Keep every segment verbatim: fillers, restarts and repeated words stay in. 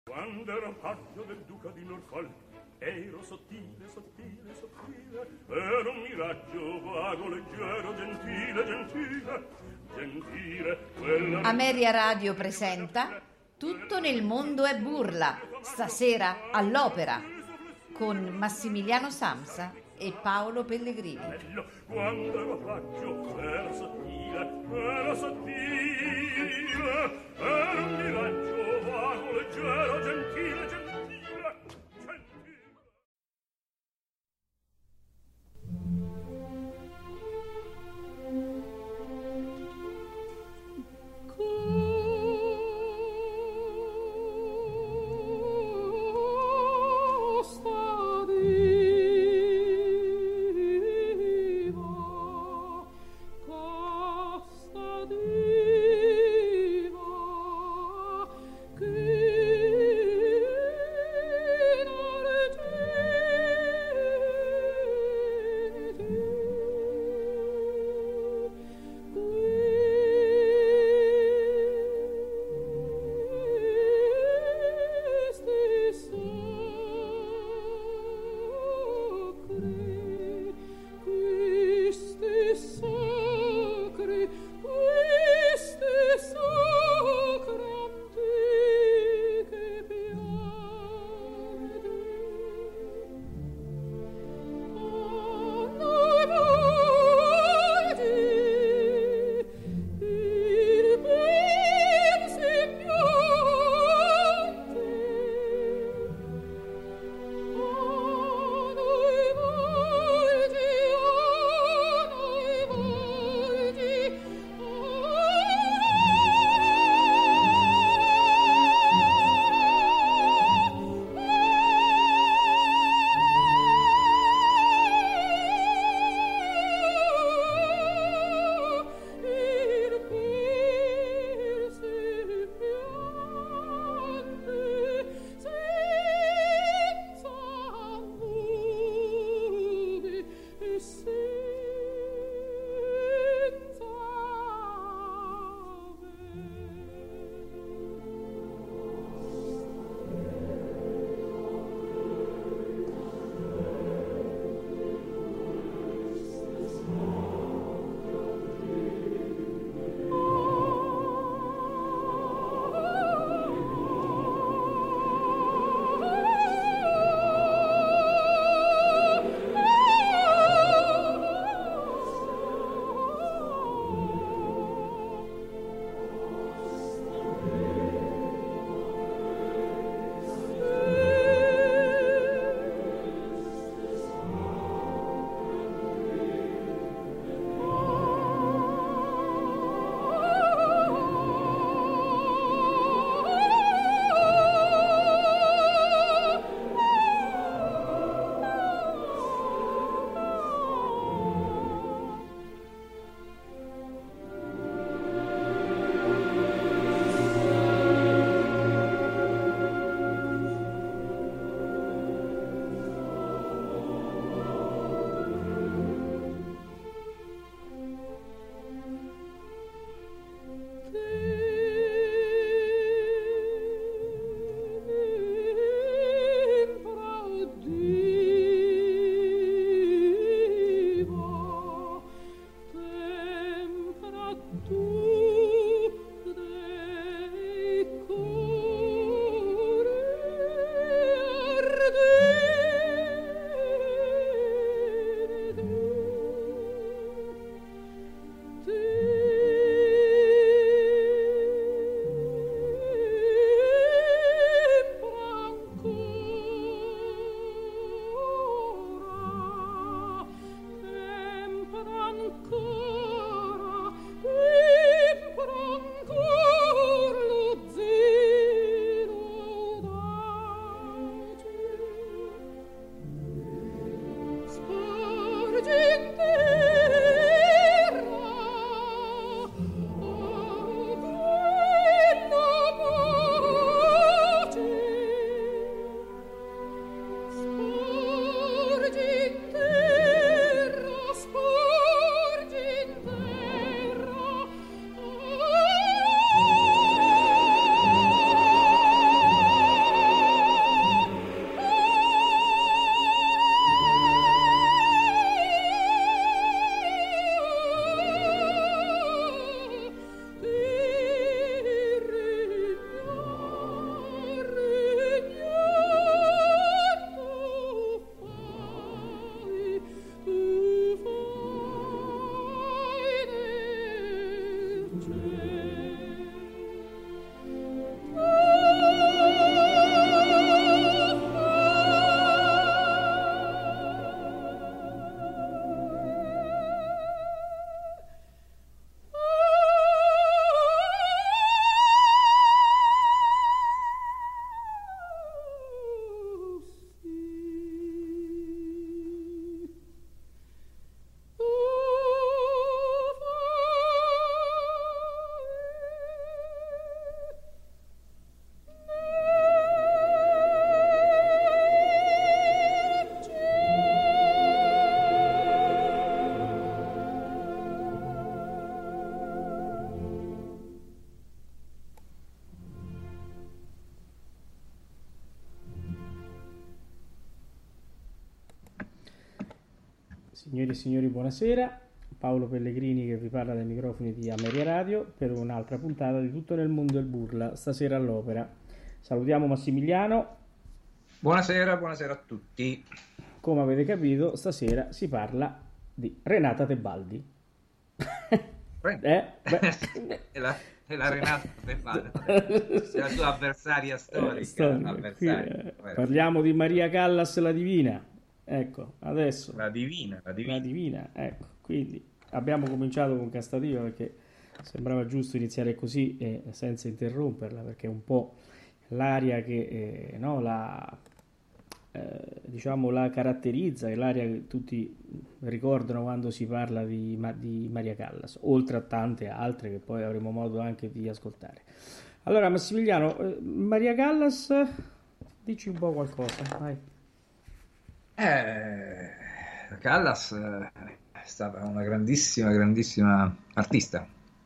Quando ero paggio del duca di Norfolk, ero sottile, sottile, sottile, ero un miraggio vago, leggero, gentile, gentile, gentile. Quella... Ameria Radio presenta Tutto nel mondo è burla, stasera all'Opera, con Massimiliano Samsa e Paolo Pellegrini. Quando ero paggio, ero sottile, ero sottile, ero un miraggio vago, leggero, gentile, gentile. Signori e signori, buonasera. Paolo Pellegrini che vi parla dai microfoni di Ameria Radio per un'altra puntata di Tutto nel mondo del burla, stasera all'opera. Salutiamo Massimiliano. Buonasera, buonasera a tutti. Come avete capito, stasera si parla di Renata Tebaldi. eh? è, la, è la Renata Tebaldi, è la sua avversaria storica. Storica. Avversaria. Qui, eh, parliamo di Maria Callas la Divina. Ecco, adesso. La Divina, la Divina. La Divina, ecco. Quindi abbiamo cominciato con Castativa perché sembrava giusto iniziare così e senza interromperla, perché è un po' l'aria che eh, no, la, eh, diciamo, la caratterizza, è l'aria che tutti ricordano quando si parla di, di Maria Callas, oltre a tante altre che poi avremo modo anche di ascoltare. Allora Massimiliano, eh, Maria Callas, dici un po' qualcosa, vai. Eh, Callas è stata una grandissima, grandissima artista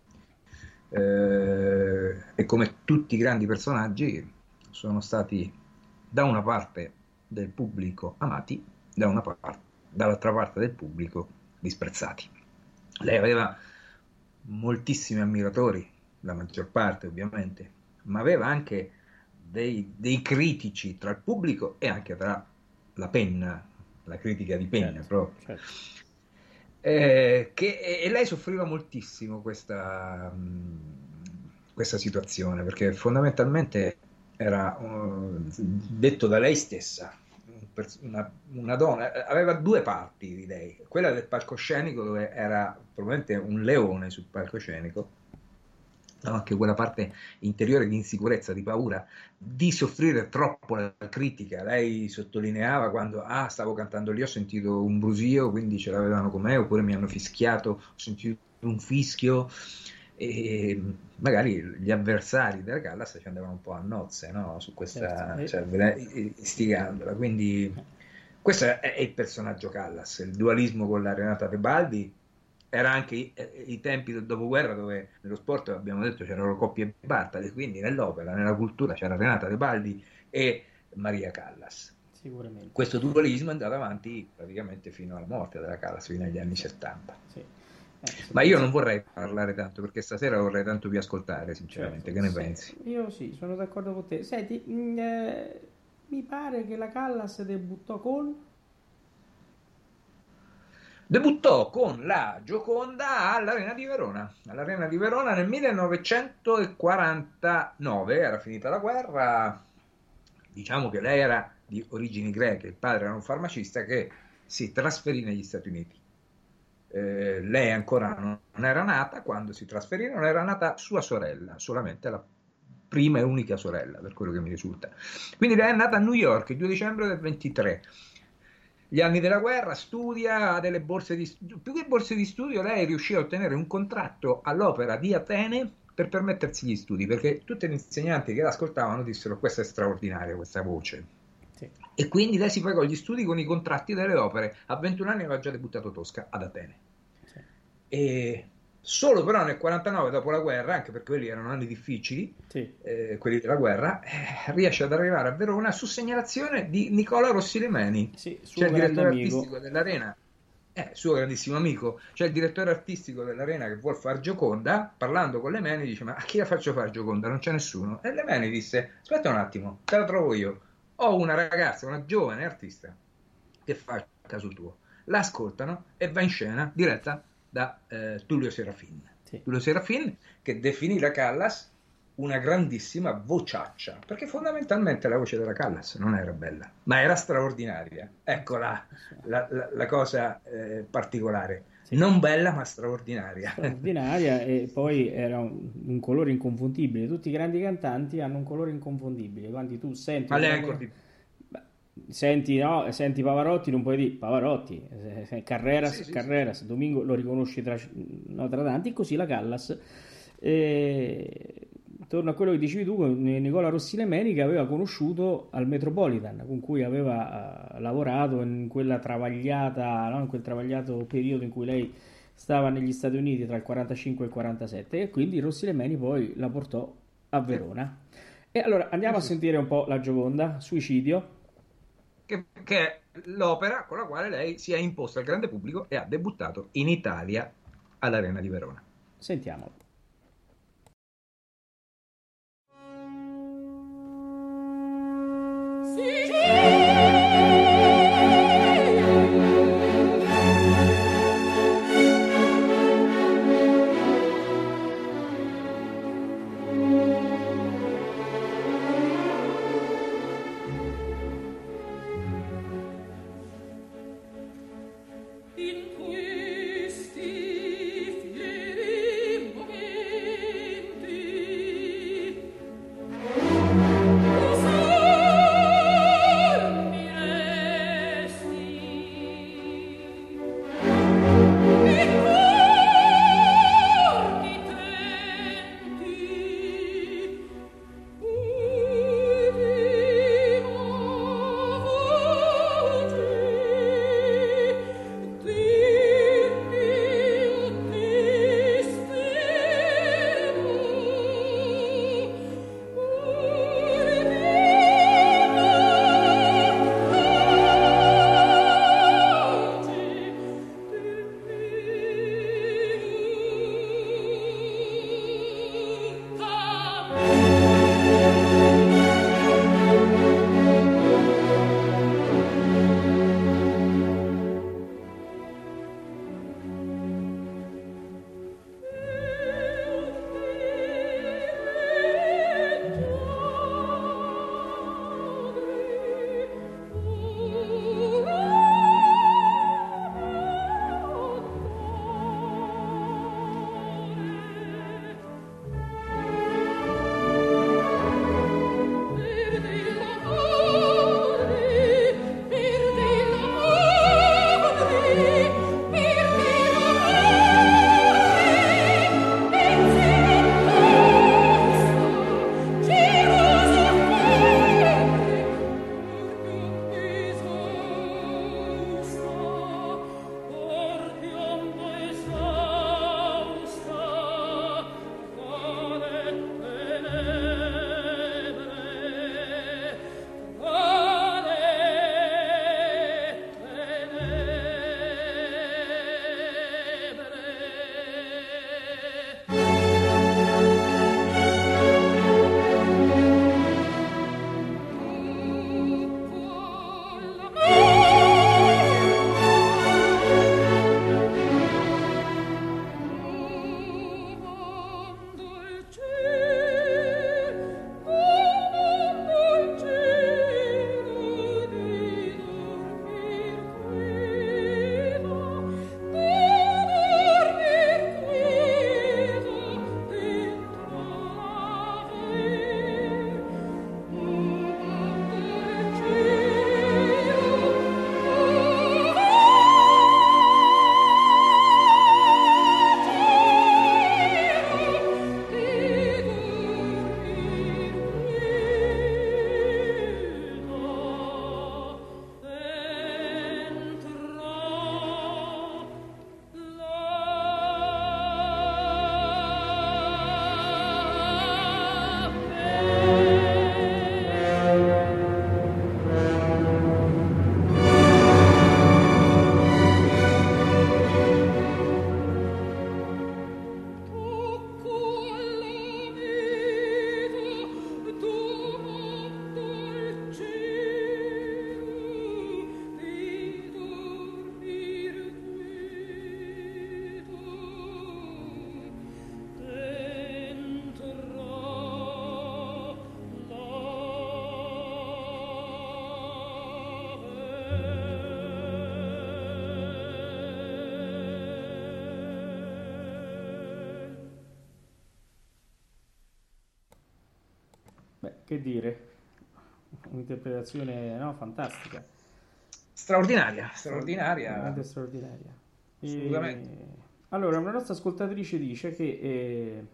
eh, e come tutti i grandi personaggi sono stati da una parte del pubblico amati, da una parte, dall'altra parte del pubblico disprezzati. Lei aveva moltissimi ammiratori, la maggior parte ovviamente, ma aveva anche dei, dei critici tra il pubblico e anche tra la penna, la critica di penna, certo, proprio. Certo. Eh, che, e lei soffriva moltissimo questa, mh, questa situazione, perché fondamentalmente era, uh, detto da lei stessa, una, una donna, aveva due parti di lei, quella del palcoscenico dove era probabilmente un leone sul palcoscenico, anche quella parte interiore di insicurezza, di paura, di soffrire troppo la critica. Lei sottolineava quando ah, stavo cantando lì, ho sentito un brusio, quindi ce l'avevano con me, oppure mi hanno fischiato, ho sentito un fischio, e magari gli avversari della Callas ci andavano un po' a nozze, no? Su questa, certo. Cioè, istigandola. Quindi questo è il personaggio Callas, il dualismo con la Renata Tebaldi. Era anche i, i tempi del dopoguerra dove nello sport, abbiamo detto, c'erano Coppi e Bartali, quindi nell'opera, nella cultura c'era Renata Tebaldi e Maria Callas. Sicuramente. Questo dualismo è andato avanti praticamente fino alla morte della Callas, fino agli anni settanta. Sì. Eh, Ma io non vorrei parlare tanto, perché stasera vorrei tanto più ascoltare, sinceramente. Certo, che ne sì. pensi? Io sì, sono d'accordo con te. Senti, mh, eh, mi pare che la Callas debuttò con... Debuttò con la Gioconda all'Arena di Verona, all'Arena di Verona nel millenovecentoquarantanove, era finita la guerra, diciamo che lei era di origini greche, il padre era un farmacista che si trasferì negli Stati Uniti. Eh, lei ancora non era nata, quando si trasferì non era nata sua sorella, solamente la prima e unica sorella, per quello che mi risulta. Quindi lei è nata a New York il due dicembre del ventitré. Gli anni della guerra, studia, ha delle borse di studio, più che borse di studio lei riuscì a ottenere un contratto all'Opera di Atene per permettersi gli studi, perché tutti gli insegnanti che l'ascoltavano dissero questa è straordinaria questa voce. Sì. E quindi lei si pagò gli studi con i contratti delle opere, a ventuno anni aveva già debuttato Tosca ad Atene. Sì. E solo però nel quarantanove, dopo la guerra, anche perché quelli erano anni difficili, sì. eh, quelli della guerra, eh, riesce ad arrivare a Verona su segnalazione di Nicola Rossilimeni, sì, cioè il direttore amico. artistico dell'Arena, eh, suo grandissimo amico, cioè il direttore artistico dell'Arena che vuol far Gioconda, parlando con Lemeni dice ma a chi la faccio fare Gioconda? Non c'è nessuno. E Lemeni disse aspetta un attimo, te la trovo io, ho una ragazza, una giovane artista che fa il caso tuo. La ascoltano e va in scena diretta da eh, Tullio Serafin. Sì. Tullio Serafin che definì la Callas una grandissima vociaccia, perché fondamentalmente la voce della Callas non era bella, ma era straordinaria. Ecco la, la, la, la cosa eh, particolare. Sì. Non bella ma straordinaria. Straordinaria e poi era un, un colore inconfondibile. Tutti i grandi cantanti hanno un colore inconfondibile. Quando tu senti... Ma lei ancora di... Senti, no, senti Pavarotti, non puoi dire Pavarotti, Carreras, sì, sì, Carreras, sì. Domingo lo riconosci tra, no, tra tanti, così la Callas. E... torno a quello che dicevi tu con Nicola Rossilimeni, che aveva conosciuto al Metropolitan, con cui aveva uh, lavorato in quella travagliata, no? in quel travagliato periodo in cui lei stava negli Stati Uniti tra il quarantacinque e il quarantasette, e quindi Rossilimeni poi la portò a Verona. E allora andiamo a sentire un po' la Gioconda, Suicidio. che, che è l'opera con la quale lei si è imposta al grande pubblico e ha debuttato in Italia all'Arena di Verona. Sentiamolo. Beh, che dire, un'interpretazione, no, fantastica, Straordinaria, straordinaria. veramente straordinaria. Assolutamente. E... Allora, una nostra ascoltatrice dice che eh,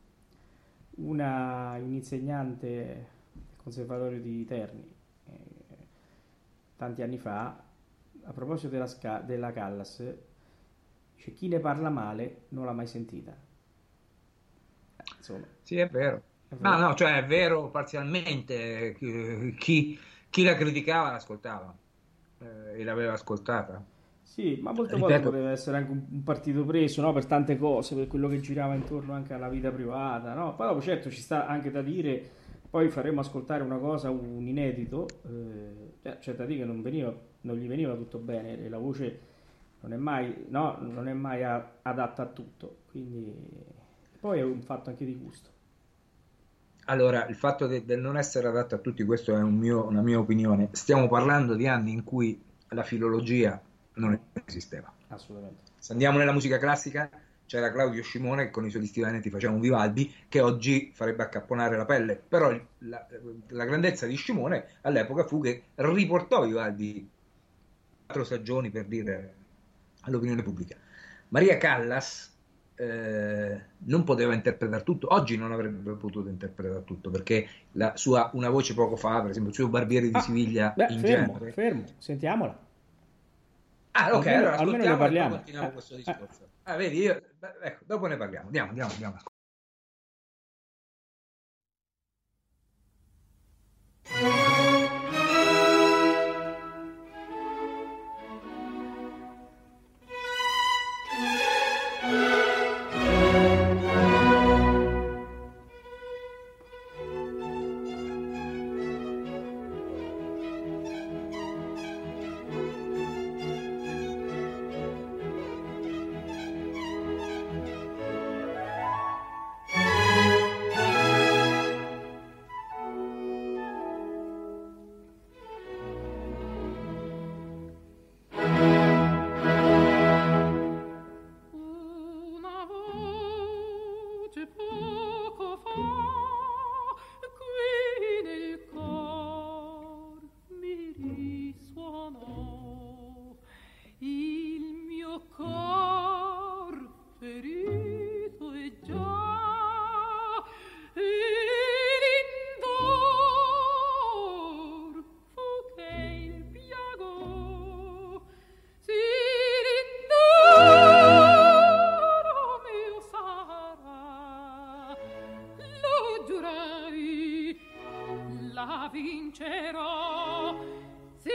una insegnante del Conservatorio di Terni eh, tanti anni fa, a proposito della, Sca- della Callas, dice: chi ne parla male non l'ha mai sentita. Eh, insomma, Sì, è vero. è No, vero. no, cioè è vero parzialmente. eh, Chi, chi la criticava l'ascoltava eh, e l'aveva ascoltata. Sì, ma molte Ripeto, volte poteva essere anche un, un partito preso, no? Per tante cose, per quello che girava intorno anche alla vita privata, no? Poi dopo, certo, ci sta anche da dire, poi faremo ascoltare una cosa, un inedito, eh, cioè, c'è da dire che non veniva, non gli veniva tutto bene, e la voce non è mai, no, non è mai a- adatta a tutto, quindi poi è un fatto anche di gusto. allora, il fatto de- del non essere adatto a tutti, questo è un mio- una mia opinione. Stiamo parlando di anni in cui la filologia non esisteva. Assolutamente. Se andiamo nella musica classica, c'era Claudio Scimone che con i suoi stivanetti faceva un Vivaldi che oggi farebbe accapponare la pelle. Però il- la, la grandezza di Scimone all'epoca fu che riportò Vivaldi quattro stagioni, per dire, all'opinione pubblica. Maria Callas eh, non poteva interpretare tutto, oggi non avrebbe potuto interpretare tutto, perché la sua Una voce poco fa, per esempio il suo Barbiere di Ah, Siviglia beh, in fermo, genere. fermo, sentiamola. Ah, ok, Almeno, allora almeno ne ascoltiamo e poi parliamo. continuiamo Eh, questo eh. discorso. Ah, vedi, io, beh, ecco, dopo ne parliamo. Andiamo, andiamo, andiamo. Una voce poco fa qui nel cor mi risuonò, il mio cor ferito è già, e l'indor fu che il piago si rindoro mio sarà, lo giurai, la vincerò, si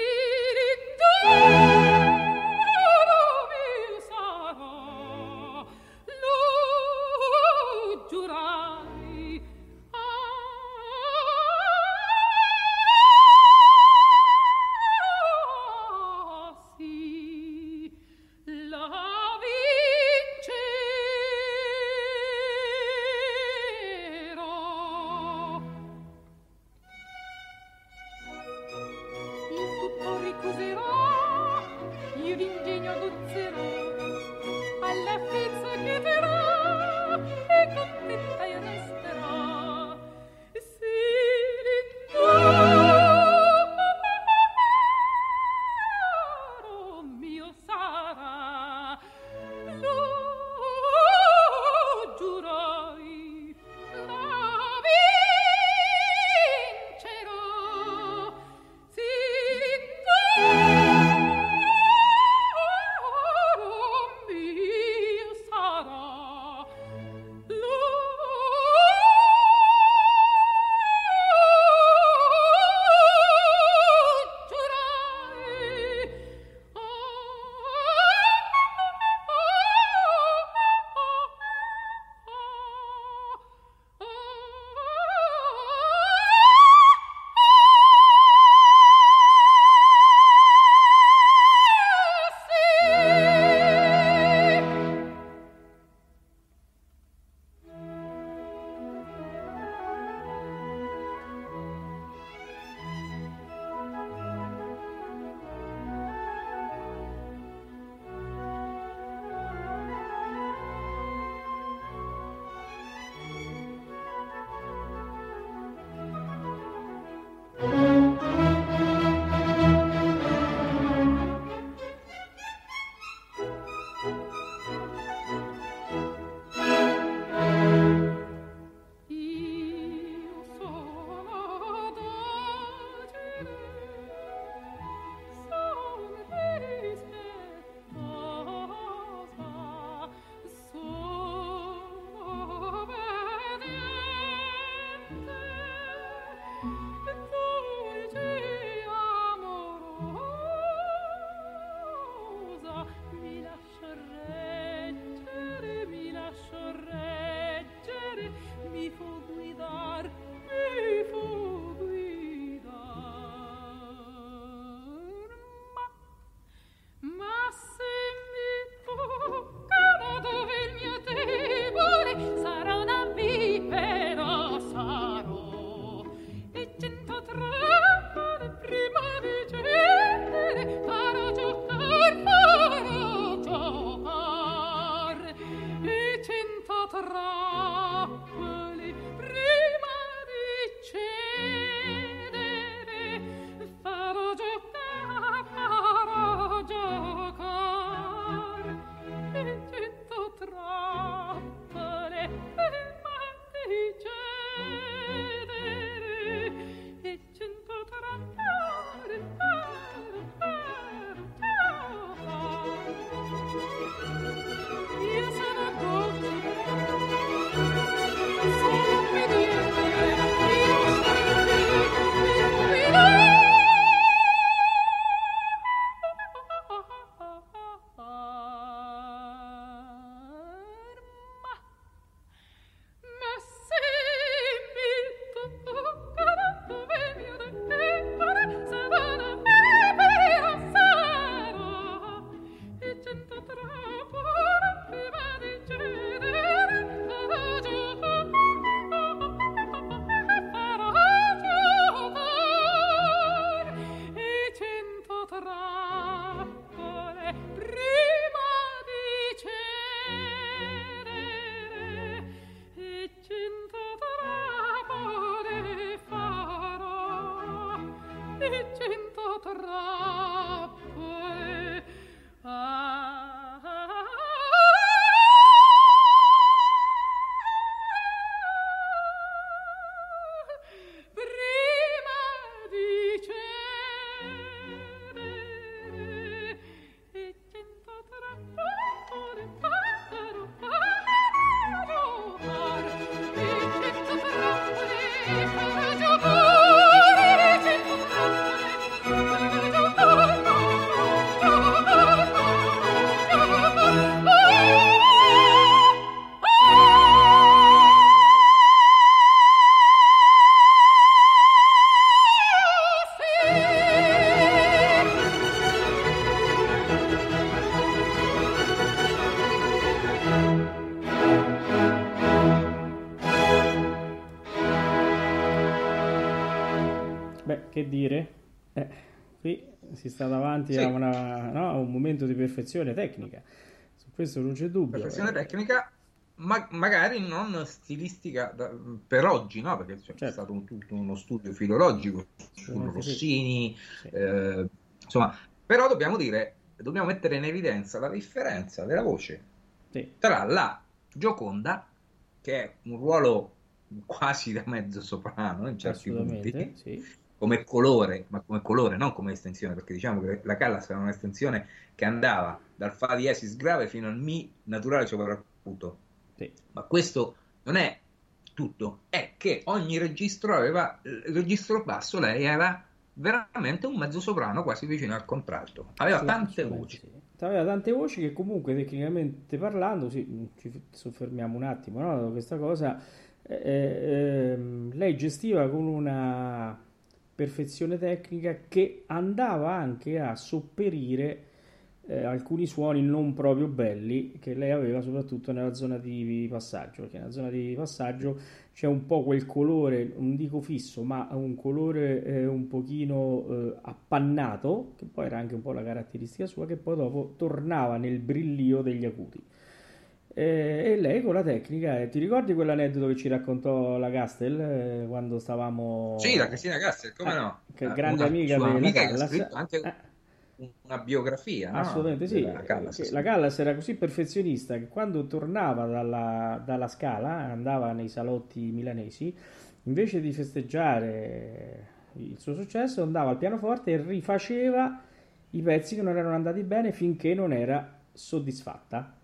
rindoro mio sarà, lo giurai. Ah, sì, la vincerò. Il tutto ricuserò, io l'ingegno aguzzerò, alla finza chiederò e contenta io resterò. Si rindoro mio sarà, lo giurai, la vincerò. Si rindoro mio sarà, lo trappole prima di cedere farò giocare farò giocare e cento trappole prima di cedere e cento trappole io sono dolce sono obbediente io Che dire? Eh, qui si sta davanti sì. a, una, no, a un momento di perfezione tecnica, su questo non c'è dubbio. Perfezione eh. tecnica, ma magari non stilistica da, per oggi, no? Perché c'è certo. stato un, tutto uno studio filologico su Rossini, sì. eh, insomma, però dobbiamo dire, dobbiamo mettere in evidenza la differenza della voce sì. tra la Gioconda, che è un ruolo quasi da mezzo soprano in certi punti, sì. come colore, ma come colore, non come estensione, perché diciamo che la Callas era un'estensione che andava dal Fa diesis grave fino al Mi naturale sopravvaluto. Sì. Ma questo non è tutto, è che ogni registro aveva, il registro basso lei era veramente un mezzo soprano quasi vicino al contralto, aveva sì, tante voci. Sì. Aveva tante voci che comunque tecnicamente parlando, sì, ci soffermiamo un attimo, no, questa cosa, eh, eh, lei gestiva con una perfezione tecnica che andava anche a sopperire eh, alcuni suoni non proprio belli che lei aveva soprattutto nella zona di passaggio, perché nella zona di passaggio c'è un po' quel colore, non dico fisso, ma un colore eh, un pochino eh, appannato, che poi era anche un po' la caratteristica sua, che poi dopo tornava nel brillio degli acuti. E lei con la tecnica, eh, ti ricordi quell'aneddoto che ci raccontò la Gastel eh, quando stavamo... Sì, la Cristina Gastel, come eh, no? Che grande amica della Callas. Che ha scritto anche eh. una biografia, no? Assolutamente sì. La Callas, sì. La Callas era così perfezionista che quando tornava dalla, dalla Scala, andava nei salotti milanesi, invece di festeggiare il suo successo, andava al pianoforte e rifaceva i pezzi che non erano andati bene finché non era soddisfatta.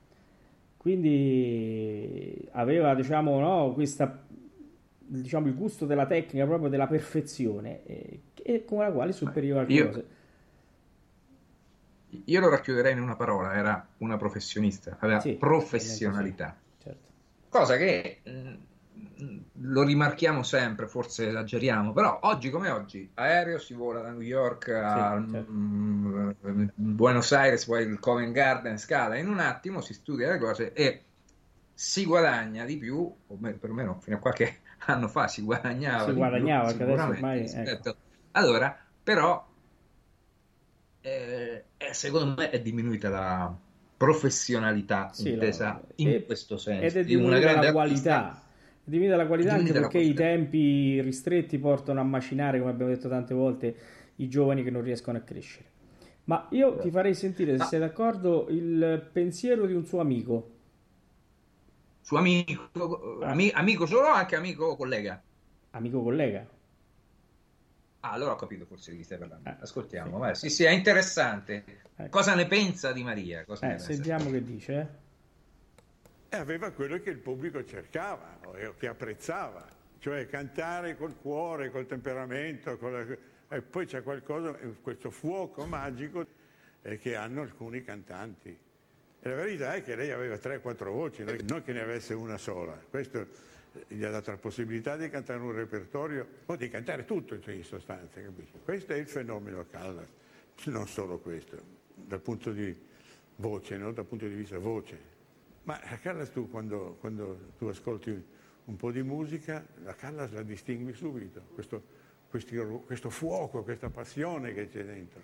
Quindi aveva, diciamo, no, questa, diciamo, il gusto della tecnica, proprio della perfezione, e, e con la quale supperiva alcune io, cose. Io lo racchiuderei in una parola, era una professionista, aveva sì, professionalità. Sì, certo. Cosa che mh, lo rimarchiamo sempre, forse esageriamo, però oggi come oggi, aereo, si vola da New York a sì, certo. mh, Buenos Aires, poi il Covent Garden, scala, in un attimo si studia le cose e si guadagna di più, o perlomeno fino a qualche anno fa si guadagnava si di guadagnava, più, che adesso ormai, ecco. Allora, però eh, secondo me è diminuita la, professionalità Sì, intesa no, in e- questo senso, ed è di una diminuita grande la artista. qualità. È diminuita la qualità anche Diminuita la perché i qualità. tempi ristretti portano a macinare, come abbiamo detto tante volte, i giovani che non riescono a crescere. Ma io ti farei sentire, se Ah, sei d'accordo, il pensiero di un suo amico. suo amico, Ah, ami- amico solo o anche amico o collega? amico collega. Ah, allora ho capito forse di chi stai parlando. Eh, sì. Ascoltiamo, vai. Sì, sì, è interessante. Ecco. Cosa ne pensa di Maria? Cosa ne Eh, pensa? sentiamo che dice. eh. E aveva quello che il pubblico cercava o che apprezzava, cioè cantare col cuore, col temperamento, con la- e poi c'è qualcosa, questo fuoco magico eh, che hanno alcuni cantanti. E la verità è che lei aveva tre quattro voci, non che ne avesse una sola. Questo eh, gli ha dato la possibilità di cantare un repertorio, o di cantare tutto in sostanza, capisci? Questo è il fenomeno Callas, non solo questo, dal punto di voce, no? Dal punto di vista voce. Ma la Callas tu quando, quando tu ascolti un po' di musica, la Callas la distingui subito, questo, questi- questo fuoco, questa passione che c'è dentro.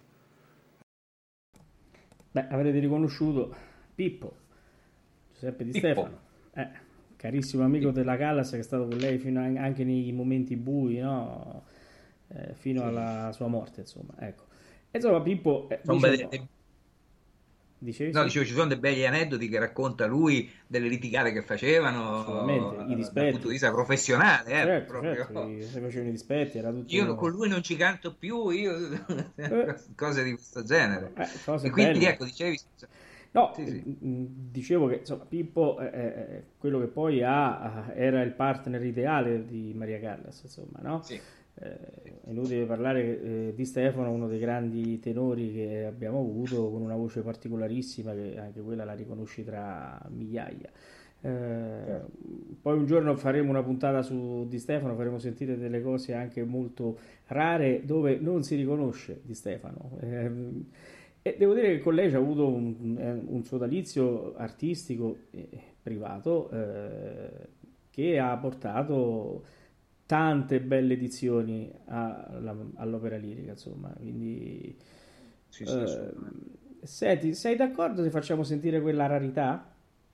Beh, avrete riconosciuto Pippo, Giuseppe Di Pippo. Stefano, eh, carissimo amico della Callas che è stato con lei fino a- anche nei momenti bui, no? Eh, fino alla sua morte, insomma. Ecco. E insomma, Pippo, eh, Sono diciamo- belle- dicevi No, sì? dicevo, ci sono dei begli aneddoti che racconta lui delle litigate che facevano Assolutamente, i dal dispetti. punto di vista professionale. Eh, Certo, proprio. certo, i- se facevano i dispetti, era tutto... Io con lui non ci canto più, io cose di questo genere. Eh, cose E quindi belle. ecco, dicevi, No, Sì, sì. mh, mh, dicevo che insomma, Pippo è, è quello che poi ha, era il partner ideale di Maria Callas, insomma, no? sì, Eh, è inutile parlare eh, di Stefano, uno dei grandi tenori che abbiamo avuto, con una voce particolarissima, che anche quella la riconosci tra migliaia. Eh, poi un giorno faremo una puntata su Di Stefano, faremo sentire delle cose anche molto rare dove non si riconosce Di Stefano. Eh, e devo dire che con lei c'è avuto un, eh, un sodalizio artistico e privato eh, che ha portato tante belle edizioni alla- all'opera lirica, insomma. Quindi, sì, sì, eh, assolutamente. senti, sei d'accordo se facciamo sentire quella rarità?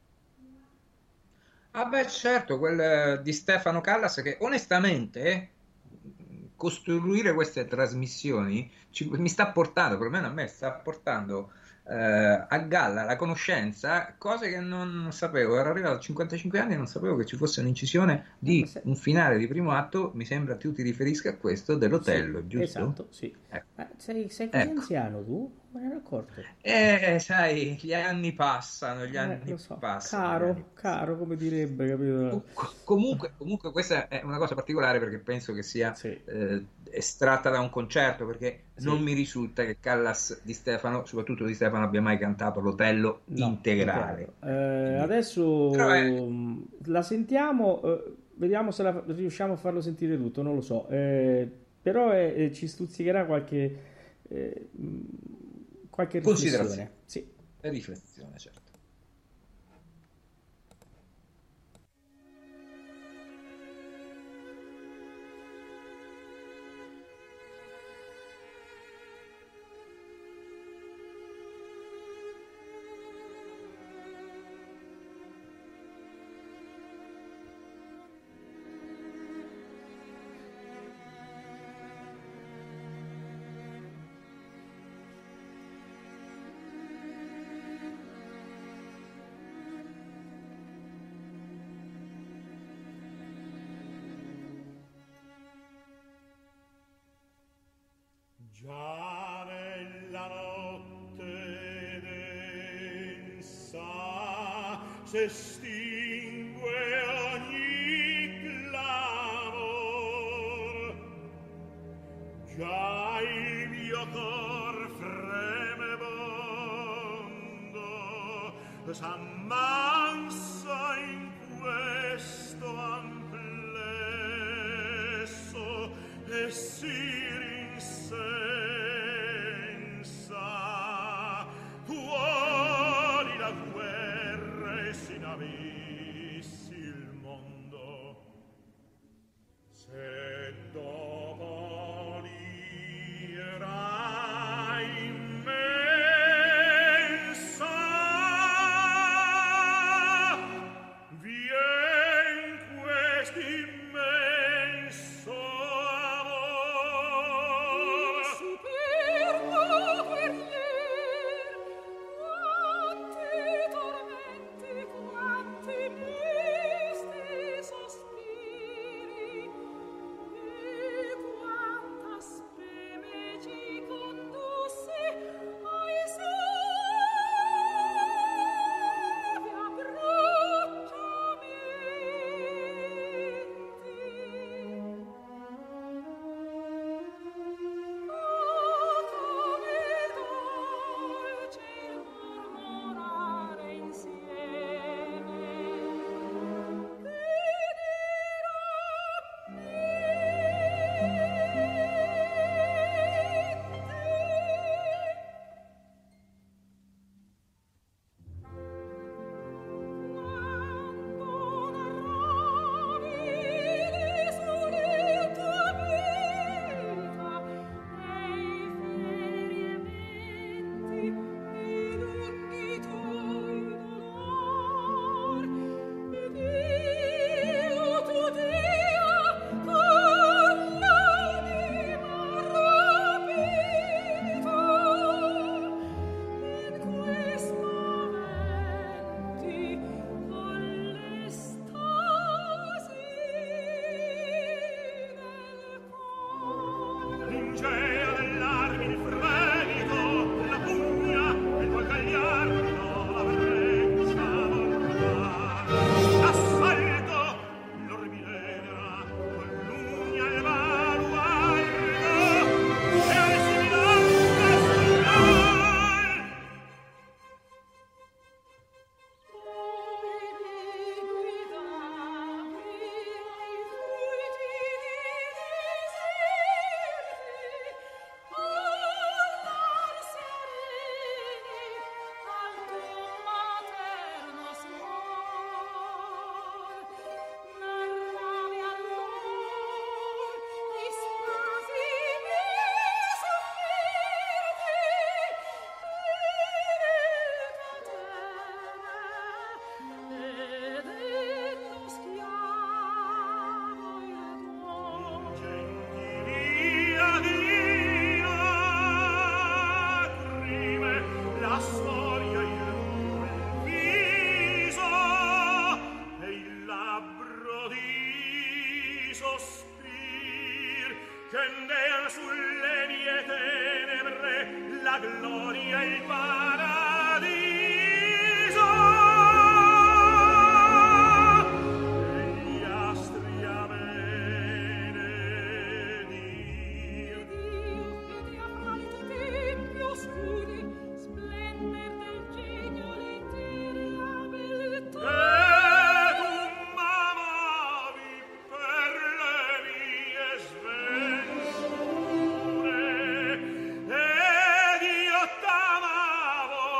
Ah beh, certo, quel eh, di Stefano Callas che onestamente eh, costruire queste trasmissioni ci- mi sta portando, perlomeno a me, sta portando eh, a galla la conoscenza, cose che non sapevo. Ero arrivato a cinquantacinque anni e non sapevo che ci fosse un'incisione Ma di se- un finale di primo atto, mi sembra tu ti riferisca a questo, dell'Otello, Sì, giusto? esatto, sì. Ecco. Eh, sei, sei così Ecco. anziano tu? Me ne ero accorto. Eh, sai, gli anni passano, gli Eh, anni lo so, passano. gli anni caro, passano. caro, come direbbe, capito? Co- Comunque, comunque questa è una cosa particolare perché penso che sia Sì. eh, estratta da un concerto, perché Sì. non mi risulta che Callas di Stefano, soprattutto di Stefano, abbia mai cantato l'Otello No, integrale. chiaro. Eh, adesso Però è- mh, la sentiamo, eh, vediamo se la- riusciamo a farlo sentire tutto, non lo so. Eh, però è- eh, ci stuzzicherà qualche, eh, mh, qualche Considerazione. riflessione. Sì. E riflessione, certo. Già nella notte densa s'estingue ogni clamor, già il mio cor freme mondo, s'ammansa in questo amplesso e si rinsensa, fuori la guerra e si n'avissi il mondo. Se dopo l'ira immensa quest'immenso amor. Superbo guerrier, quanti tormenti, quanti misti sospiri, e quanta speme ci condusse ai soavi abbracciamenti. Oh, come dolce il mormorare insieme, che L'ingeo dell'armi il fremito, la pugna, il tuo gagliardo, la breccia volgare. L'assalto, l'orbilera, con l'ugna e il baluardo, e al sibilante signal. Via di lacrime, la storia il viso e il labbro di sospir che ndean sulle mie tenebre la gloria e il paradiso. E gli astri a benedir. Dio fra i tempi oscuri, splender del genio l'eterea beltà. E tu m'amavi per le mie sventure, ed io t'amavo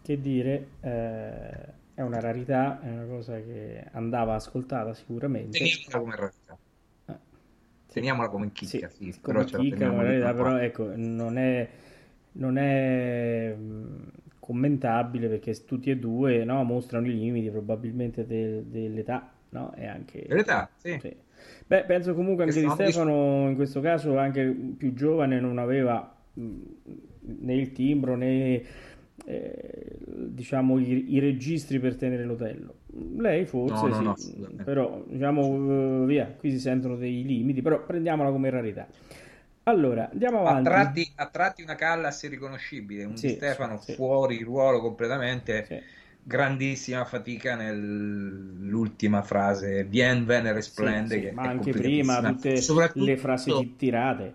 che dire, eh, è una rarità, è una cosa che andava ascoltata sicuramente. Teniamola come rarità. Eh, sì, Teniamola come chicca, sì, sì, come però ce la chicca, teniamo come lì rarità, un po'. però ecco, non è, non è mh, commentabile perché tutti e due, no, mostrano i limiti probabilmente de- dell'età, no? E anche, Verità, sì. sì. Beh, penso comunque Che anche Di stavamo dis- Stefano in questo caso, anche più giovane, non aveva mh, né il timbro né eh, diciamo i, i registri per tenere l'otello. Lei No, forse no, sì, no, assolutamente. però diciamo eh, via, qui si sentono dei limiti, però prendiamola come rarità. Allora, andiamo A avanti. tratti, a tratti una Callas irriconoscibile, un Di Sì, Stefano sì, fuori ruolo completamente, sì, grandissima fatica nell'ultima frase, Vien Venere sì, Splende, sì, che ma è anche prima complicatissima. tutte le frasi Soprattutto, ti- tirate.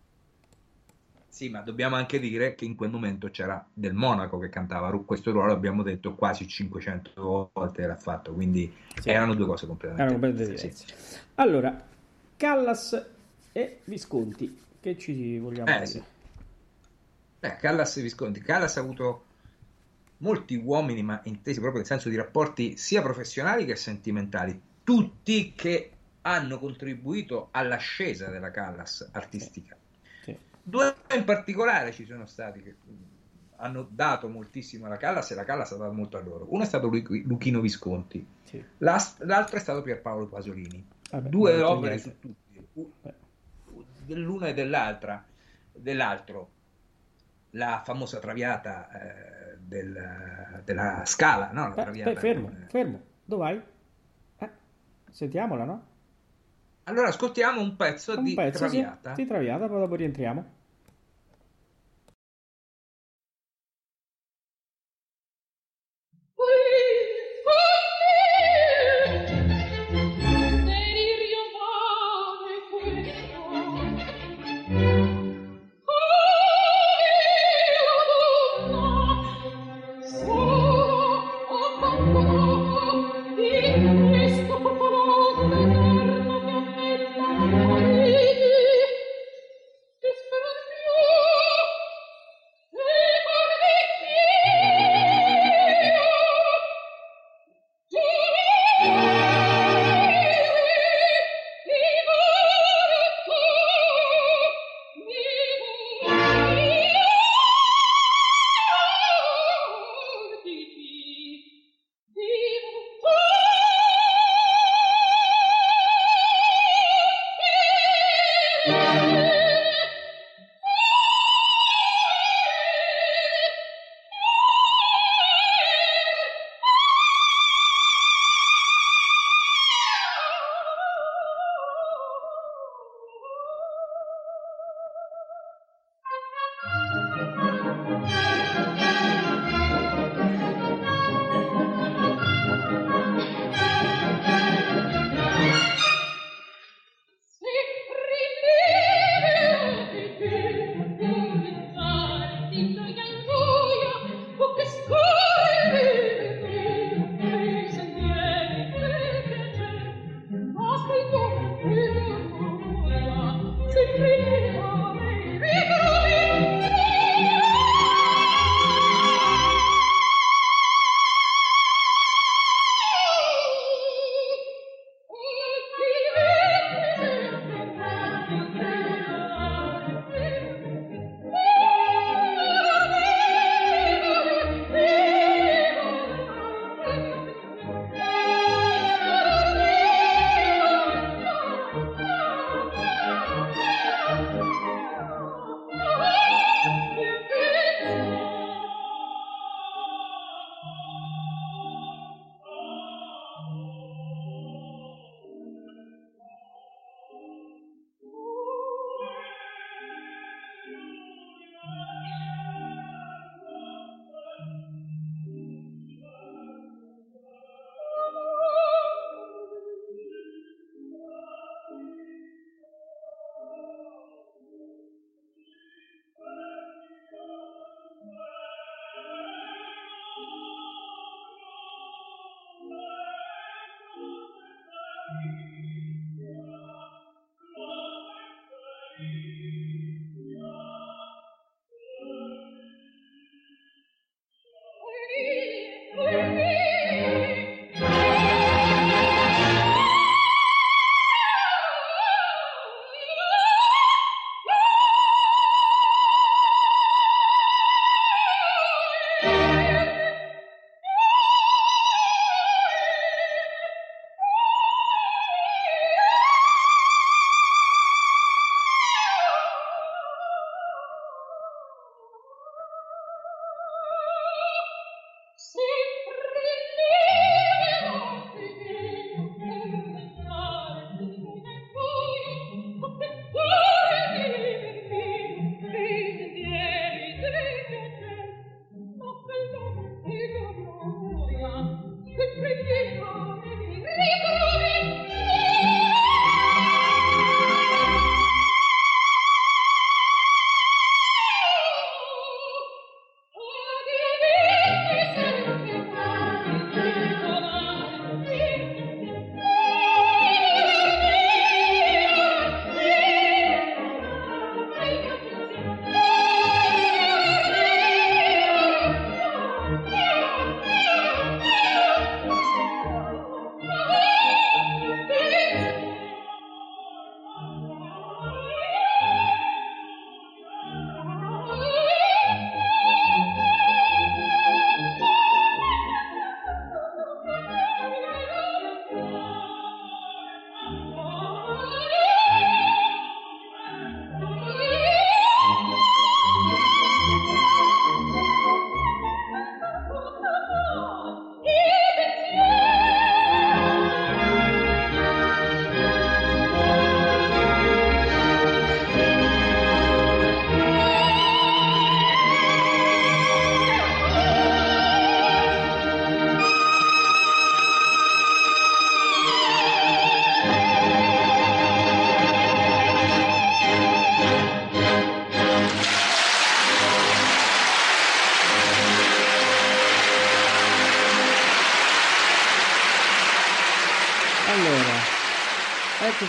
sì, ma dobbiamo anche dire che in quel momento c'era Del Monaco che cantava Ru- questo ruolo, abbiamo detto quasi cinquecento volte l'ha fatto, quindi Sì, erano due cose erano completamente completamente diverse. Sì. diverse. Allora, Callas e Visconti, che ci vogliamo Eh dire? sì. Beh, Callas e Visconti. Callas ha avuto molti uomini, ma intesi proprio nel senso di rapporti sia professionali che sentimentali, tutti che hanno contribuito all'ascesa della Callas Sì, artistica. sì, Due in particolare ci sono stati che mh, hanno dato moltissimo alla Callas e la Callas ha dato molto a loro. Uno è stato Lu- Luchino Visconti, sì. l'ast- l'altro è stato Pierpaolo Pasolini. Vabbè, Due non c'è opere niente. su tutti, u- Beh, dell'una e dell'altra, dell'altro, la famosa traviata eh, del- della Scala, no? La beh, traviata beh, fermo, con- fermo. Dove vai? Eh, sentiamola, no? Allora ascoltiamo un pezzo Un di pezzo, sì, Traviata. di Traviata, poi dopo rientriamo. Sempre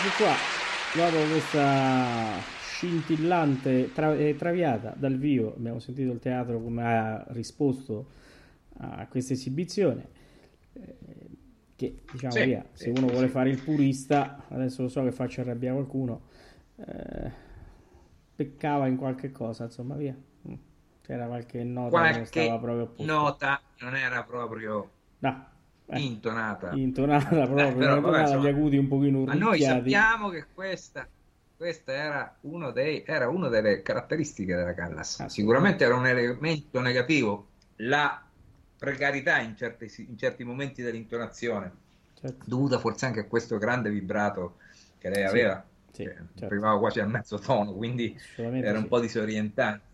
eccoci qua. Dopo questa scintillante tra- eh, traviata dal vivo, abbiamo sentito il teatro come ha risposto a questa esibizione. Eh, che diciamo Sì, via, se sì, uno sì, vuole sì. fare il purista, adesso lo so che faccio arrabbiare qualcuno, eh, peccava in qualche cosa, insomma, via. Mm. C'era qualche nota che non stava Qualche proprio a posto. nota non era proprio No, eh, intonata. intonata Eh, proprio, però, non vabbè, intonata, gli insomma, acuti un pochino ma noi urlicchiati. sappiamo che questa, questa era, uno dei, era una delle caratteristiche della Callas. Ah, Sicuramente era un elemento negativo, la precarietà in certi, in certi momenti dell'intonazione, Certo. dovuta forse anche a questo grande vibrato che lei Sì, aveva, sì, che certo. arrivava quasi al mezzo tono, quindi Assolutamente era un sì. po' disorientante.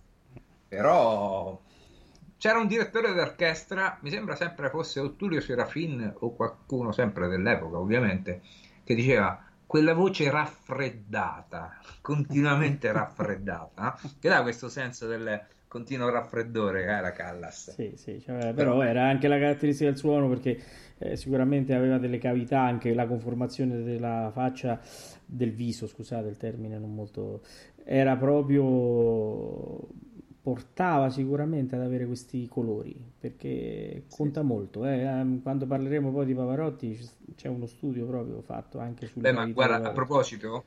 Però c'era un direttore d'orchestra, mi sembra sempre fosse o Tullio Serafin o qualcuno sempre dell'epoca, ovviamente, che diceva quella voce raffreddata, continuamente raffreddata, che dà questo senso del continuo raffreddore, eh, la Callas. Sì, sì, cioè, però Però, era anche la caratteristica del suono perché eh, sicuramente aveva delle cavità, anche la conformazione della faccia, del viso, scusate il termine non molto, era proprio, portava sicuramente ad avere questi colori, perché sì, conta sì. molto. eh. Ehm, Quando parleremo poi di Pavarotti c- c'è uno studio proprio fatto anche sulle Beh, ma cavità della guarda, a voce. proposito,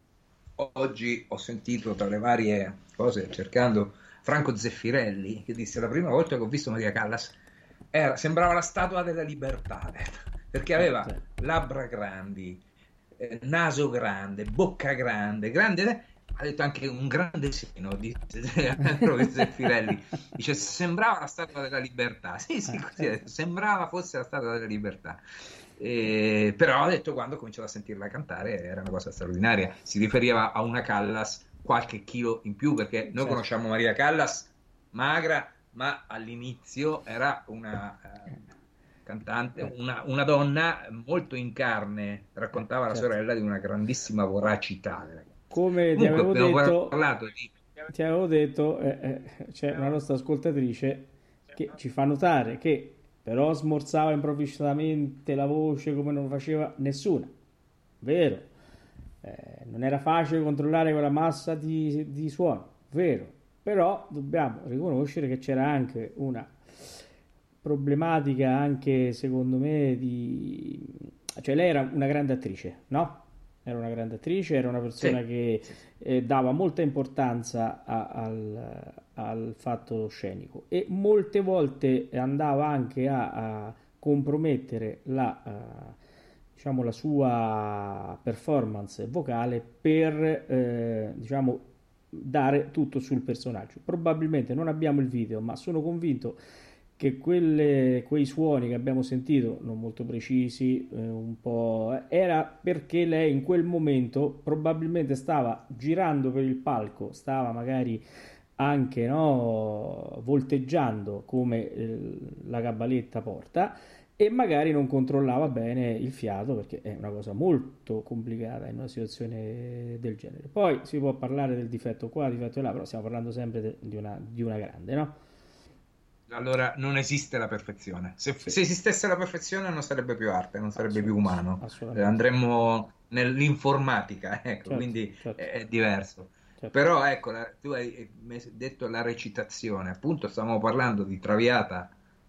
oggi ho sentito tra le varie cose, cercando Franco Zeffirelli, che disse la prima volta che ho visto Maria Callas, era, sembrava la statua della libertà, perché Eh, aveva sì. labbra grandi, eh, naso grande, bocca grande, grande, ha detto anche un grande seno, dice proprio Zeffirelli, dice sembrava la statua della libertà, sì sì, Eh, così ha certo. detto, sembrava fosse la statua della libertà. Eh, però ha detto quando ho cominciato a sentirla cantare era una cosa straordinaria, si riferiva a una Callas qualche chilo in più, perché noi Certo. conosciamo Maria Callas magra, ma all'inizio era una eh, cantante, Eh, una, una donna molto in carne, eh, raccontava la certo. sorella di una grandissima voracità. Come ti Comunque avevo abbiamo detto, parlato di... ti avevo detto, eh, eh, c'è una nostra ascoltatrice che ci fa notare che però smorzava improvvisamente la voce come non faceva nessuna. Vero. Eh, non era facile controllare quella massa di, di suono. Vero. Però dobbiamo riconoscere che c'era anche una problematica anche secondo me di... cioè lei era una grande attrice, no? Era una grande attrice, era una persona Sì, che sì, sì. eh, dava molta importanza a- al, al fatto scenico e molte volte andava anche a, a compromettere la, eh, diciamo, la sua performance vocale per eh, diciamo, dare tutto sul personaggio. Probabilmente non abbiamo il video, ma sono convinto che quelle- quei suoni che abbiamo sentito, non molto precisi, eh, un po', eh, era perché lei in quel momento probabilmente stava girando per il palco, stava magari anche no, volteggiando come eh, la cabaletta porta e magari non controllava bene il fiato perché è una cosa molto complicata in una situazione del genere. Poi si può parlare del difetto qua, difetto là, però stiamo parlando sempre de- di una, di una grande, no? Allora non esiste la perfezione. Se, Sì, se esistesse la perfezione non sarebbe più arte, non sarebbe più assolutamente. umano. Eh, Assolutamente. andremmo nell'informatica, ecco, Certo, quindi certo, è, è diverso. certo. Però ecco, la- tu hai mi hai detto la recitazione, appunto stavamo parlando di Traviata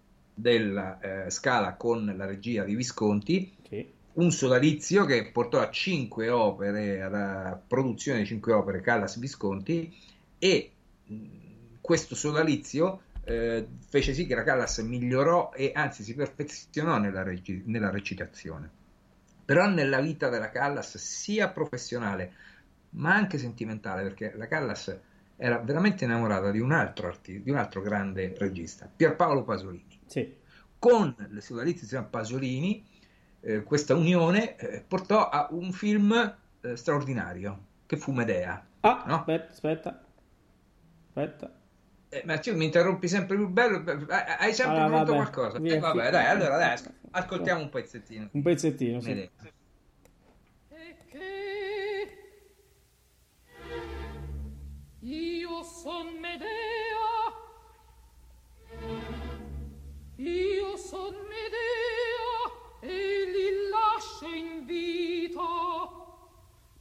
della eh, Scala con la regia di Visconti, Sì, un sodalizio che portò a cinque opere, alla produzione di cinque opere Callas Visconti, e mh, questo sodalizio eh, fece sì che la Callas migliorò e anzi si perfezionò nella, regi- nella recitazione. Però nella vita della Callas, sia professionale ma anche sentimentale, perché la Callas era veramente innamorata di un altro artista, di un altro grande regista, Pierpaolo Pasolini. sì. Con il sodalizio di Pasolini, eh, questa unione eh, portò a un film eh, straordinario, che fu Medea, Ah, no? aspetta, aspetta, aspetta. Eh, ma tu mi interrompi sempre più bello, eh, hai sempre Allora, pronto vabbè, qualcosa? Eh, via, fi- vabbè, dai, allora dai, asc- ascoltiamo un pezzettino un di pezzettino, sì. Medea. E che io son Medea, io son Medea, e li lascio in vita,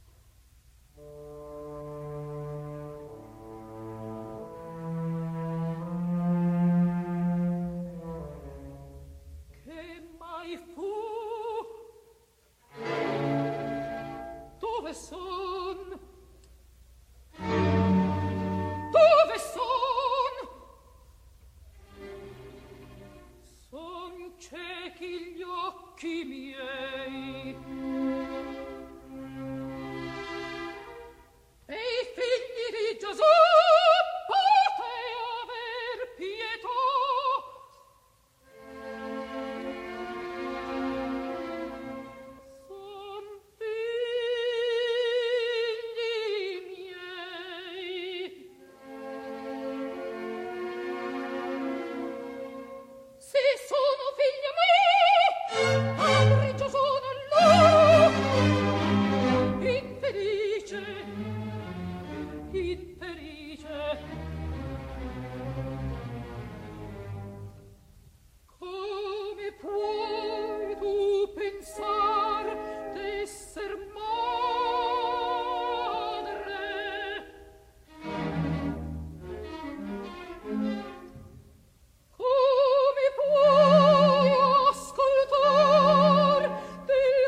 infelice. Come puoi tu pensar d'esser madre? Come puoi ascoltar del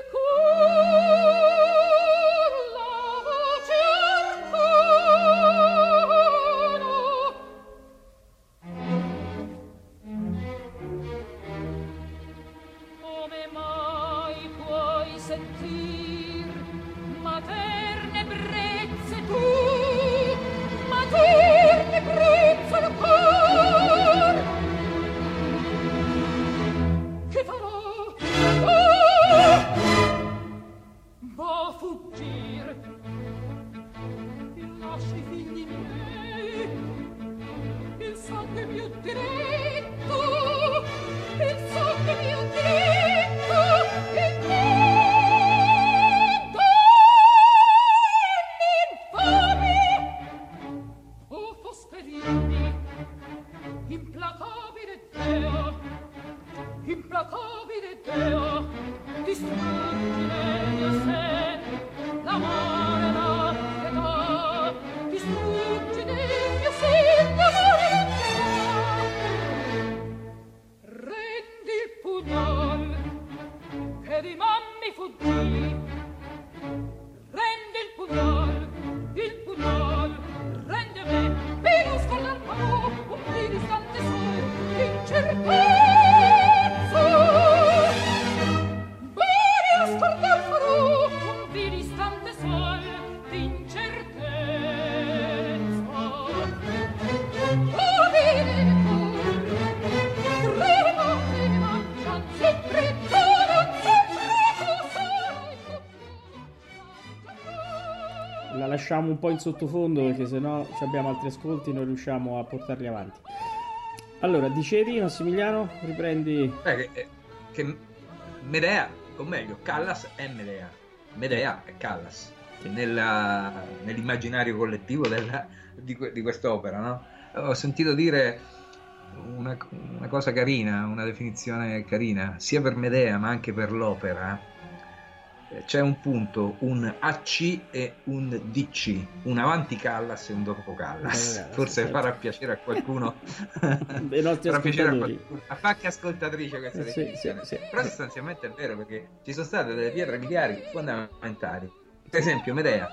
cor la voce arcana? Come mai puoi sentir materne brezze tu, materne brezze il cor? Che farò? Ah! Va a fuggir e lasci i figli miei, il sangue mio diritto, il sangue mio diritto, e donne infami! O fosperirmi, implacabile Dea, implacabile Dea, distruggine a sé l'amore e la pietà, distruggine a sé l'amore e la pietà. Rendi il pugnal che di mammi fuggì, rendi il pugnal, il pugnal, rende a me, Venus con l'arpano, un più distante su, incertezza. Venus con l'arpano, un più distante sol, d'incertezza. Oh, vieni, trema, trema, non sempre tu, non sempre tu sarai tu. La lasciamo un po' in sottofondo perché sennò ci abbiamo altri ascolti e non riusciamo a portarli avanti. Allora, dicevi Massimiliano, riprendi. Eh, che, eh, che Medea, o meglio, Callas è Medea. Medea è Callas. Nella- nell'immaginario collettivo della- di, que- di quest'opera, no? Ho sentito dire una, una cosa carina, una definizione carina, sia per Medea ma anche per l'opera. Eh, C'è un punto, un A C e un D C, un avanti Callas e un dopo Callas. Callas, Forse certo. farà piacere a qualcuno, Dei nostri farà piacere a ascoltatori. qualcuno, a qualche ascoltatrice questa Eh, sì, definizione. sì, sì. Però sostanzialmente è vero, perché ci sono state delle pietre miliari fondamentali. Per esempio Medea,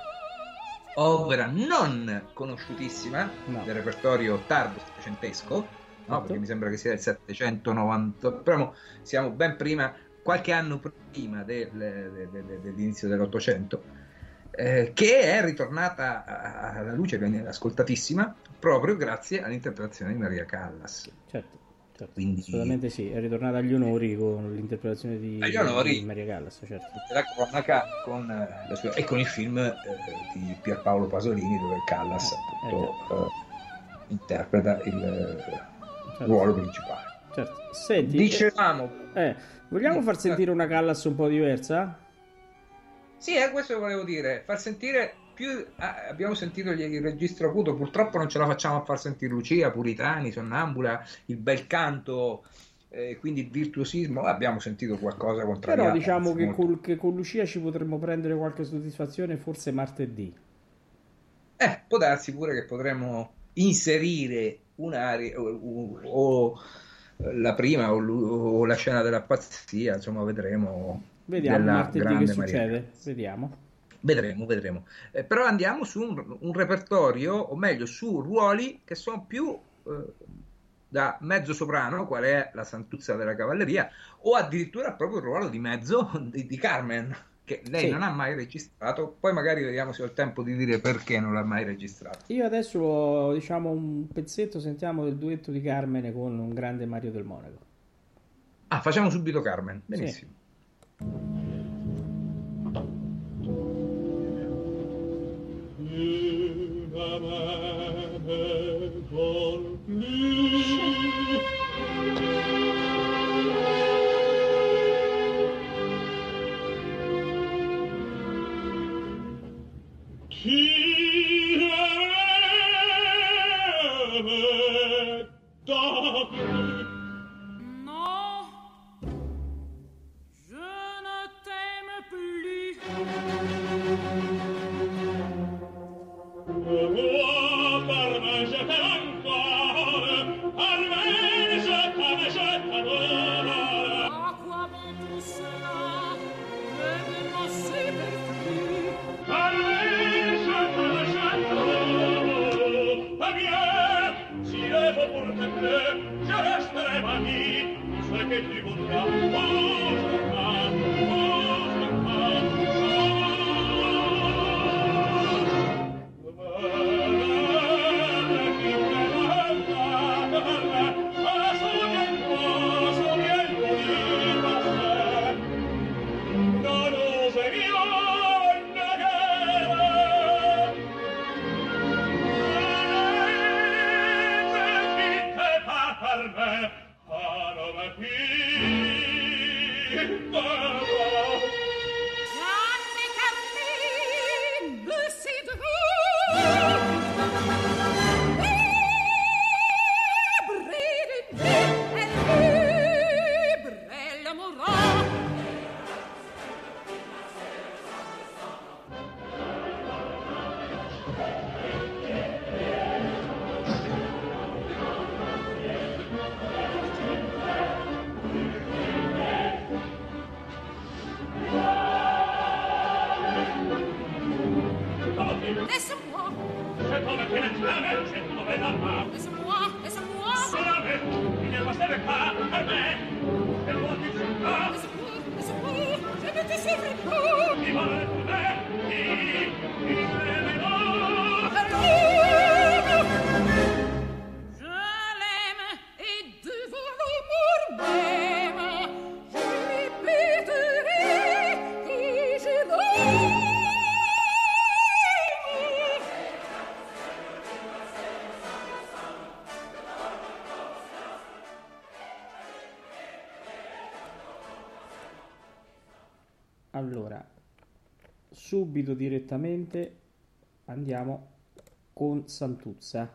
opera non conosciutissima No. del repertorio tardo settecentesco, no? Certo. Perché mi sembra che sia del settecentonovanta, però siamo ben prima, qualche anno prima del- de- de- de- dell'inizio dell'Ottocento, eh, che è ritornata a- alla luce, viene ascoltatissima proprio grazie all'interpretazione di Maria Callas. Certo, certo. Quindi- Assolutamente sì, è ritornata agli onori con l'interpretazione di, Agli onori. di Maria Callas, certo. La cronaca con, eh, la sua- e con il film eh, di Pierpaolo Pasolini, dove Callas Eh, appunto eh, interpreta il eh, Certo. ruolo principale. Certo. Senti, Dicevamo, eh, vogliamo far sentire una Callas un po' diversa? sì, è questo che volevo dire, far sentire più, ah, abbiamo sentito gli- il registro acuto, purtroppo non ce la facciamo a far sentire Lucia, Puritani, Sonnambula, il bel canto, eh, quindi il virtuosismo, abbiamo sentito qualcosa con Però Traviata, diciamo anzi, che molto. con, che con Lucia ci potremmo prendere qualche soddisfazione forse martedì. Eh, può darsi pure che potremmo inserire un'aria o, o- o la prima o, lu- o la scena della pazzia, insomma, vedremo. Vediamo della martedì che grande Maria succede. Callas. Vediamo. Vedremo, vedremo. Eh, però andiamo su un, un repertorio, o meglio, su ruoli che sono più eh, da mezzo soprano, qual è la Santuzza della Cavalleria, o addirittura proprio il ruolo di mezzo di, di Carmen, che lei Sì. non ha mai registrato. Poi magari vediamo se ho il tempo di dire perché non l'ha mai registrato. Io adesso diciamo un pezzetto, sentiamo del duetto di Carmine con un grande Mario del Monaco. Ah, facciamo subito Carmen. Benissimo. Allora, subito direttamente andiamo con Santuzza.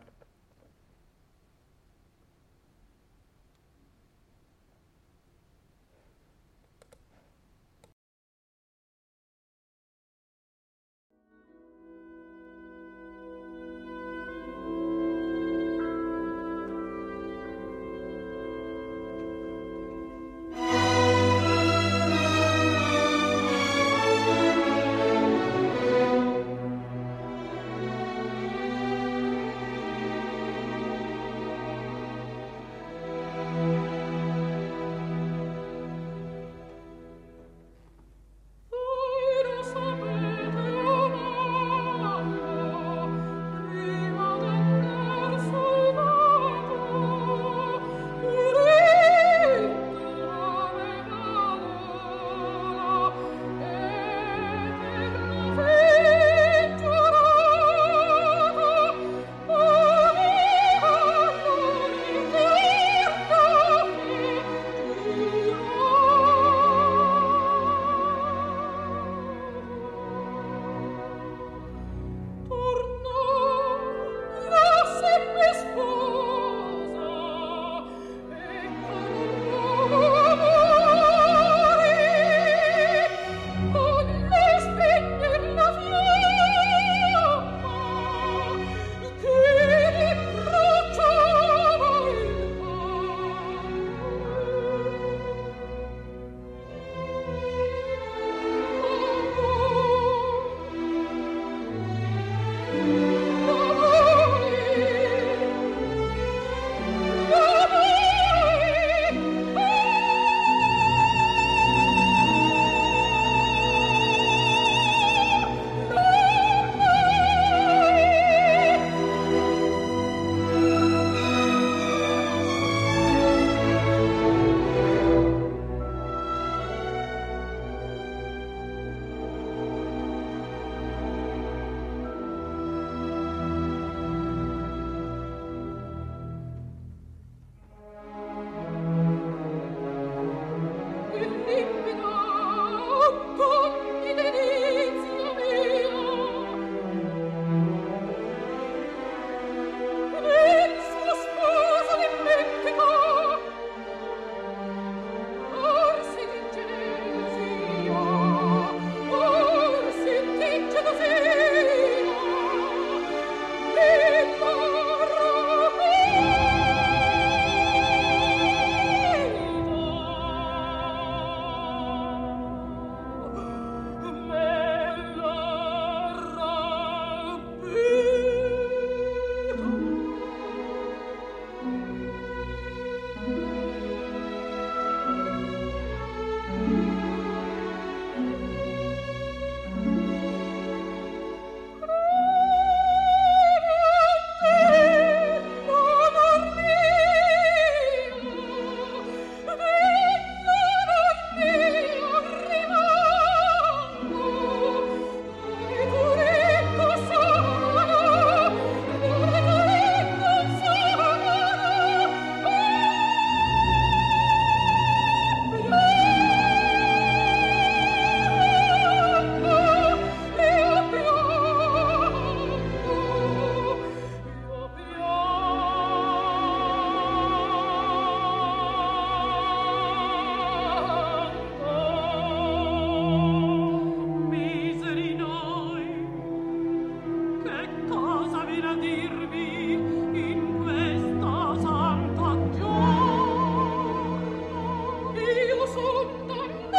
pena dirvi in questa santa giorno io son dannata,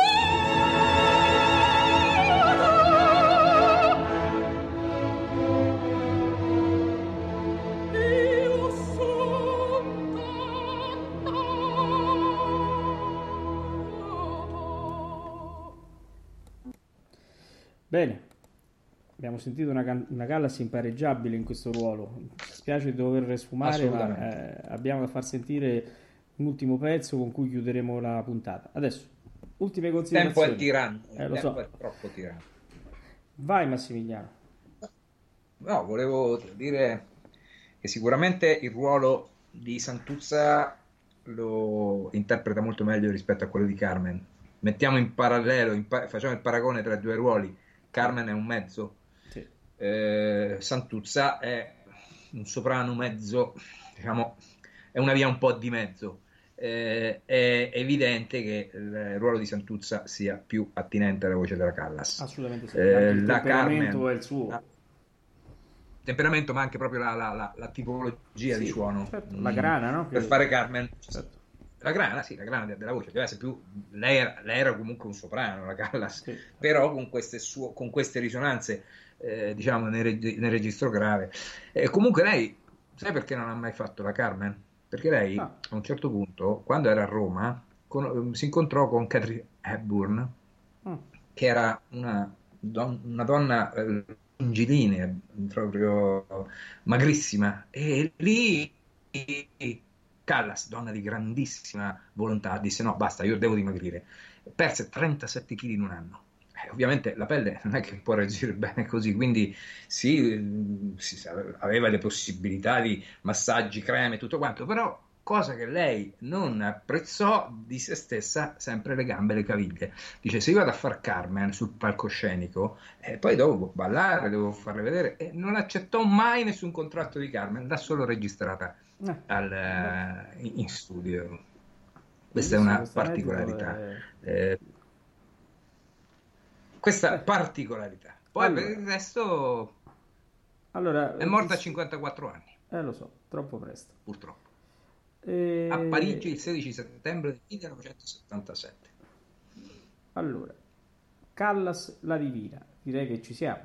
io son dannata. Bene, abbiamo sentito una, can- una Callas impareggiabile in questo ruolo. Mi spiace di dover sfumare, ma Assolutamente. eh, abbiamo da far sentire un ultimo pezzo con cui chiuderemo la puntata. Adesso, ultime Il tempo è considerazioni. tiranno, il Eh, lo tempo so. è troppo tiranno. Vai Massimiliano. No, volevo dire che sicuramente il ruolo di Santuzza lo interpreta molto meglio rispetto a quello di Carmen. Mettiamo in parallelo, in pa- facciamo il paragone tra i due ruoli. Carmen è un mezzo, Sì. eh, Santuzza è un soprano mezzo, diciamo, è una via un po' di mezzo. Eh, è evidente che il ruolo di Santuzza sia più attinente alla voce della Callas. Assolutamente sì. Eh, Anche il la temperamento Carmen, è il suo. la- temperamento, ma anche proprio la, la- la- la tipologia Sì, di suono. certo. La Mm, grana, no? Per Che- fare Carmen, Certo. la grana, sì, la grana de- della voce deve essere più. Lei era, lei era comunque un soprano, la Callas, Sì. però con queste, suo- con queste risonanze, eh, diciamo, nel, reg- nel registro grave. E comunque lei, sai perché non ha mai fatto la Carmen? Perché lei, Ah. a un certo punto, quando era a Roma, con- si incontrò con Katharine Hepburn, Mm. che era una, don- una donna eh, longilinea, proprio magrissima, e lì Callas, donna di grandissima volontà, disse no, basta, io devo dimagrire. Perse trentasette chili in un anno. Eh, ovviamente la pelle non è che può reagire bene così, quindi sì, eh, si sa- aveva le possibilità di massaggi, creme, tutto quanto, però cosa che lei non apprezzò di se stessa, sempre le gambe e le caviglie. Dice, se io vado a far Carmen sul palcoscenico, e poi devo ballare, devo farle vedere, e non accettò mai nessun contratto di Carmen, l'ha solo registrata Eh, al, eh, in in studio. Questa è bellissimo una questo aneddoto, particolarità. eh. Eh, questa Eh. particolarità. Poi per Allora. il resto Allora, è morta a ti- cinquantaquattro anni, eh, lo so, troppo presto. purtroppo. E- A Parigi il sedici settembre del millenovecentosettantasette. Allora, Callas la Divina, direi che ci siamo.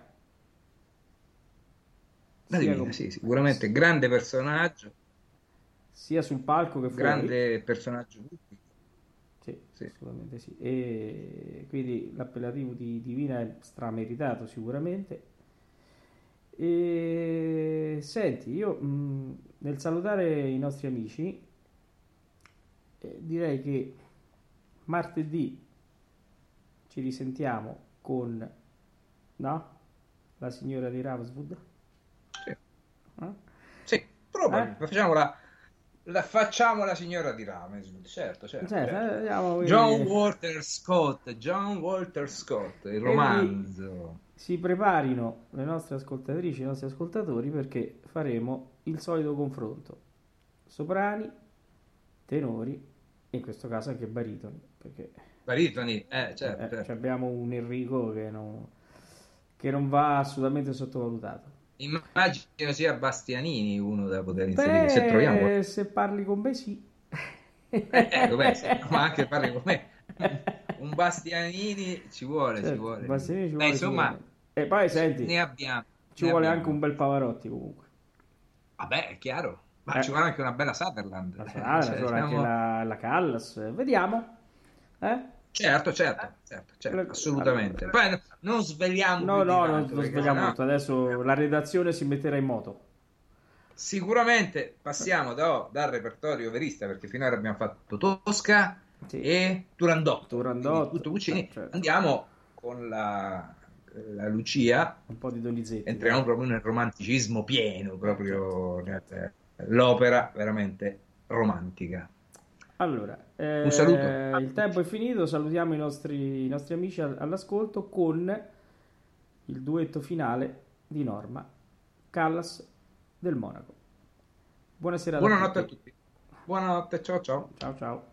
La Sia, Divina, com- sì, sicuramente grande personaggio, sia sul palco che fuori. grande personaggio pubblico. Sì, Sì. assolutamente sì. E quindi l'appellativo di Divina è strameritato sicuramente. E senti, io mh, nel salutare i nostri amici, eh, direi che martedì ci risentiamo con, no? La signora di Ravenswood. Sì, Eh? sì, proprio, Eh? facciamo la, la- facciamo la signora di Ravenswood, certo, certo, Cioè, certo. eh, vediamo, John eh, Walter Scott, John Walter Scott, il quindi romanzo. si preparino le nostre ascoltatrici, i nostri ascoltatori, perché faremo il solito confronto. Soprani, tenori e in questo caso anche baritoni, perché Baritoni, eh, certo, eh, certo. cioè abbiamo un Enrico che non, che non va assolutamente sottovalutato. Immagino sia Bastianini uno da poter inserire, se troviamo. Beh, se parli con me sì. Eh, ecco, beh, sì, ma anche parli con me. Un Bastianini ci vuole, ci Certo, vuole. Bastianini ci Beh, vuole insomma, sicuramente. E poi senti, ne abbiamo. ci ne vuole abbiamo. anche un bel Pavarotti comunque. Vabbè, è chiaro. Ma Eh. ci vuole anche una bella Sutherland. La Eh, Sara, cioè, ci vuole anche siamo- la, la Callas. Vediamo. Eh? Certo, certo, certo, certo, Allora- assolutamente. Poi no- non svegliamo No, più di no, non, tanto, non perché svegliamo sennò- tutto. Adesso la redazione si metterà in moto. Sicuramente passiamo da- dal repertorio verista, perché finora abbiamo fatto Tosca Sì. e Turandot, Turandot, quindi tutto Puccini. certo. Andiamo con la, la Lucia, Un po' di Donizetti. entriamo proprio nel romanticismo pieno, proprio eh, l'opera veramente romantica. Allora, eh, Un saluto. il tempo è finito, salutiamo i nostri, i nostri amici all- all'ascolto con il duetto finale di Norma, Callas del Monaco. Buonasera Buonanotte a tutti. tutti. Buonanotte, ciao ciao. Ciao ciao.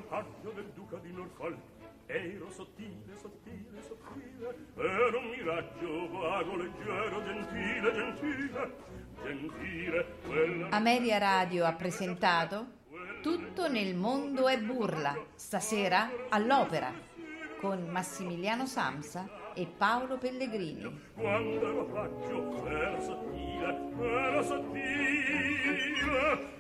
paggio del duca di Norfolk. Ero sottile, sottile, sottile, ero un miraggio vago, leggero, gentile, gentile, gentile. Quella... Ameria Radio ha presentato Tutto nel mondo è burla, stasera all'Opera, con Massimiliano Samsa e Paolo Pellegrini. Quando ero paggio, ero sottile, ero sottile,